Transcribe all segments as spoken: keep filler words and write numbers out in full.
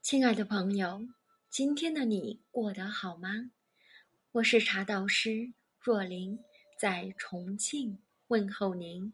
亲爱的朋友，今天的你过得好吗？我是茶道师若琳，在重庆问候您。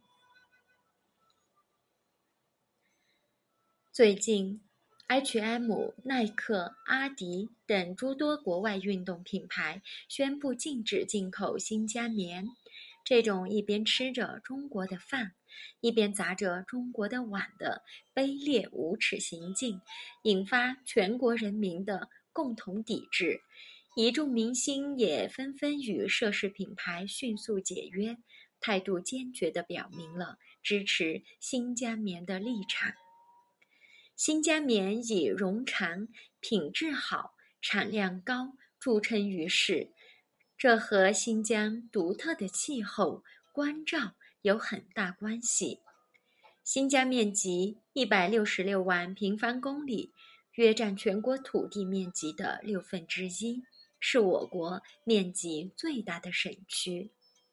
最近 H and M、耐克、阿迪等诸多国外运动品牌宣布禁止进口新疆棉。这种一边吃着中国的饭，一边砸着中国的碗的卑劣无耻行径，引发全国人民的共同抵制。一众明星也纷纷与涉事品牌迅速解约，态度坚决地表明了支持新疆棉的立场。新疆棉以绒长、品质好、产量高著称于世，这和新疆独特的气候、关照有很大关系。新疆面积一百六十六万平方公里，约占全国土地面积的六分之一，是我国面积最大的省区。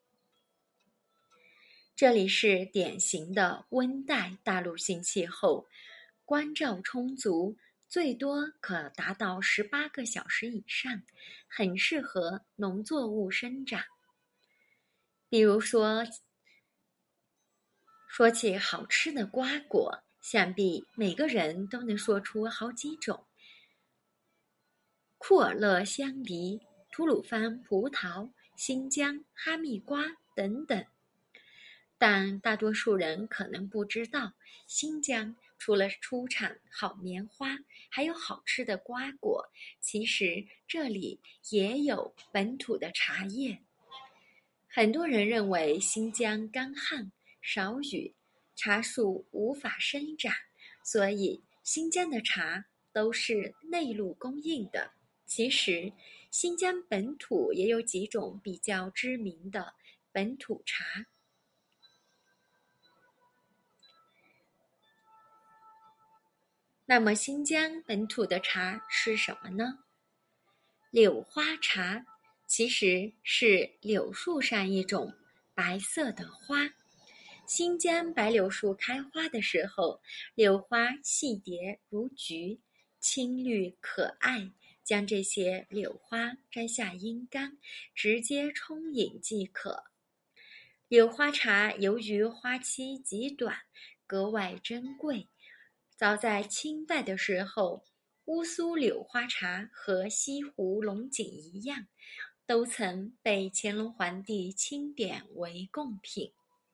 这里是典型的温带大陆性气候，光照充足，最多可达到十八个小时以上，很适合农作物生长。比如说，说起好吃的瓜果，想必每个人都能说出好几种：库尔勒香梨、吐鲁番葡萄、新疆哈密瓜等等。但大多数人可能不知道，新疆除了出产好棉花，还有好吃的瓜果。其实这里也有本土的茶叶。很多人认为新疆干旱、少雨，茶树无法生长，所以新疆的茶都是内陆供应的。其实，新疆本土也有几种比较知名的本土茶。那么新疆本土的茶是什么呢？柳花茶其实是柳树上一种白色的花。新疆白柳树开花的时候，柳花细叠如菊，青绿可爱，将这些柳花摘下阴干，直接冲饮即可。柳花茶由于花期极短，格外珍贵。早在清代的时候，乌苏柳花茶和西湖龙井一样，都曾被乾隆皇帝钦点为贡品。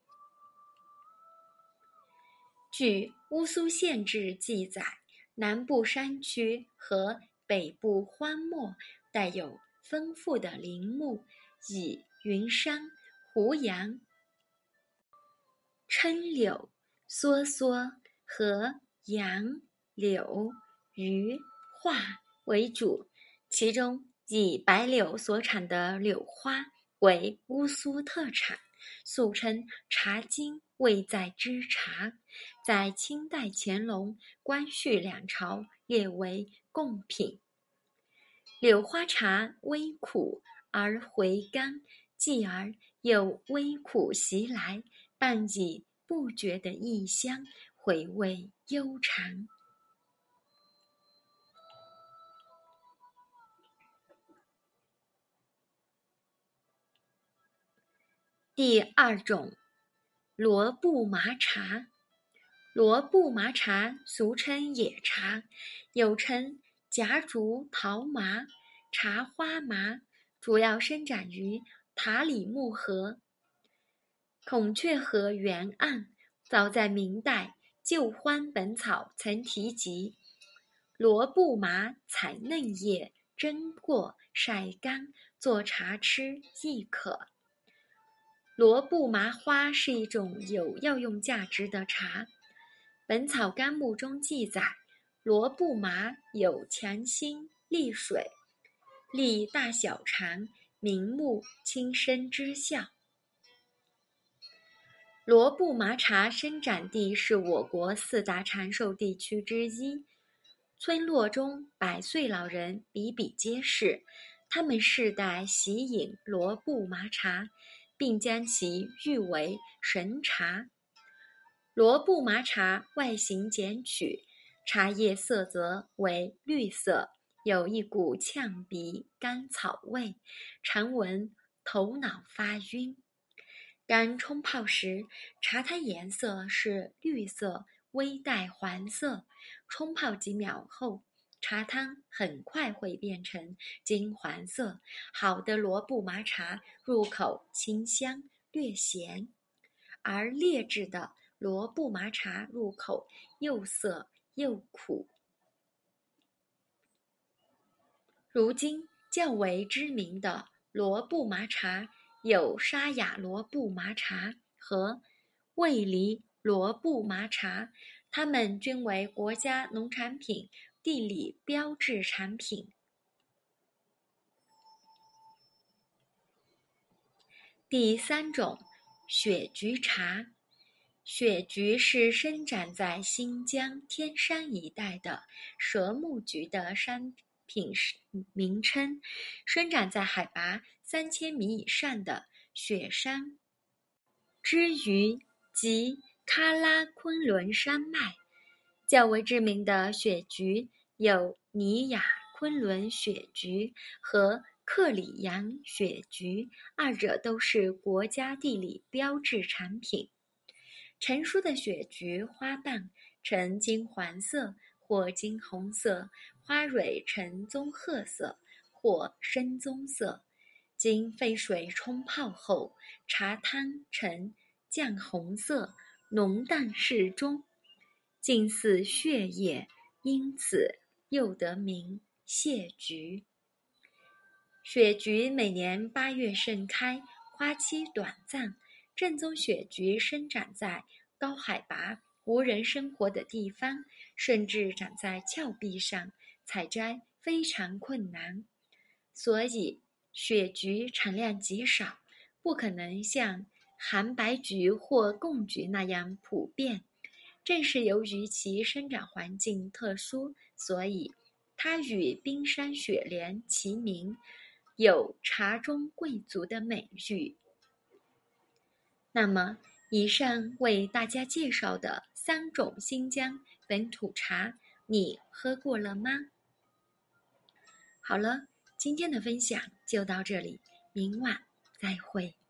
据乌苏县志记载，南部山区和北部荒漠带有丰富的林木，以云杉、胡杨、鸺柳、梭梭和杨、柳、榆、桦为主，其中以白柳所产的柳花为乌苏特产，俗称茶金，味在之茶，在清代乾隆、光绪两朝列为贡品。柳花茶微苦而回甘，继而有微苦袭来，伴以不绝的异香，回味悠长。第二种，罗布麻茶。罗布麻茶俗称野茶，又称夹竹桃麻、茶花麻，主要生长于塔里木河、孔雀河沿岸。早在明代，《旧欢本草》曾提及，罗布麻采嫩叶，蒸过晒干，做茶吃亦可。罗布麻花是一种有药用价值的茶。本草纲目中记载，罗布麻有强心、利水、利大小肠、明目、轻身之效。罗布麻茶生长地是我国四大长寿地区之一，村落中百岁老人比比皆是，他们世代习饮罗布麻茶，并将其誉为神茶。罗布麻茶外形简曲， 茶叶色泽为绿色，有一股呛鼻甘草味，常闻头脑发晕。刚冲泡时，茶汤颜色是绿色，微带黄色。冲泡几秒后，茶汤很快会变成金黄色。好的罗布麻茶入口清香略咸，而劣质的罗布麻茶入口又涩又苦。如今较为知名的罗布麻茶有沙雅罗布麻茶和味梨罗布麻茶，它们均为国家农产品地理标志产品。第三种，雪菊茶。雪菊是生长在新疆天山一带的蛇木菊的商品名称，生长在海拔三千米以上的雪山、支榆及喀拉昆仑山脉。较为知名的雪菊有尼雅昆仑雪菊和克里扬雪菊，二者都是国家地理标志产品。成熟的雪菊花瓣呈金黄色或金红色，花蕊呈棕褐色或深棕色。经沸水冲泡后，茶汤呈酱红色，浓淡适中，近似血液，因此又得名蟹菊。雪菊每年八月盛开，花期短暂。正宗雪菊生长在高海拔、无人生活的地方，甚至长在峭壁上，采摘非常困难。所以，雪菊产量极少，不可能像韩白菊或贡菊那样普遍。正是由于其生长环境特殊，所以它与冰山雪莲齐名，有茶中贵族的美誉。那么，以上为大家介绍的三种新疆本土茶，你喝过了吗？好了，今天的分享就到这里，明晚再会。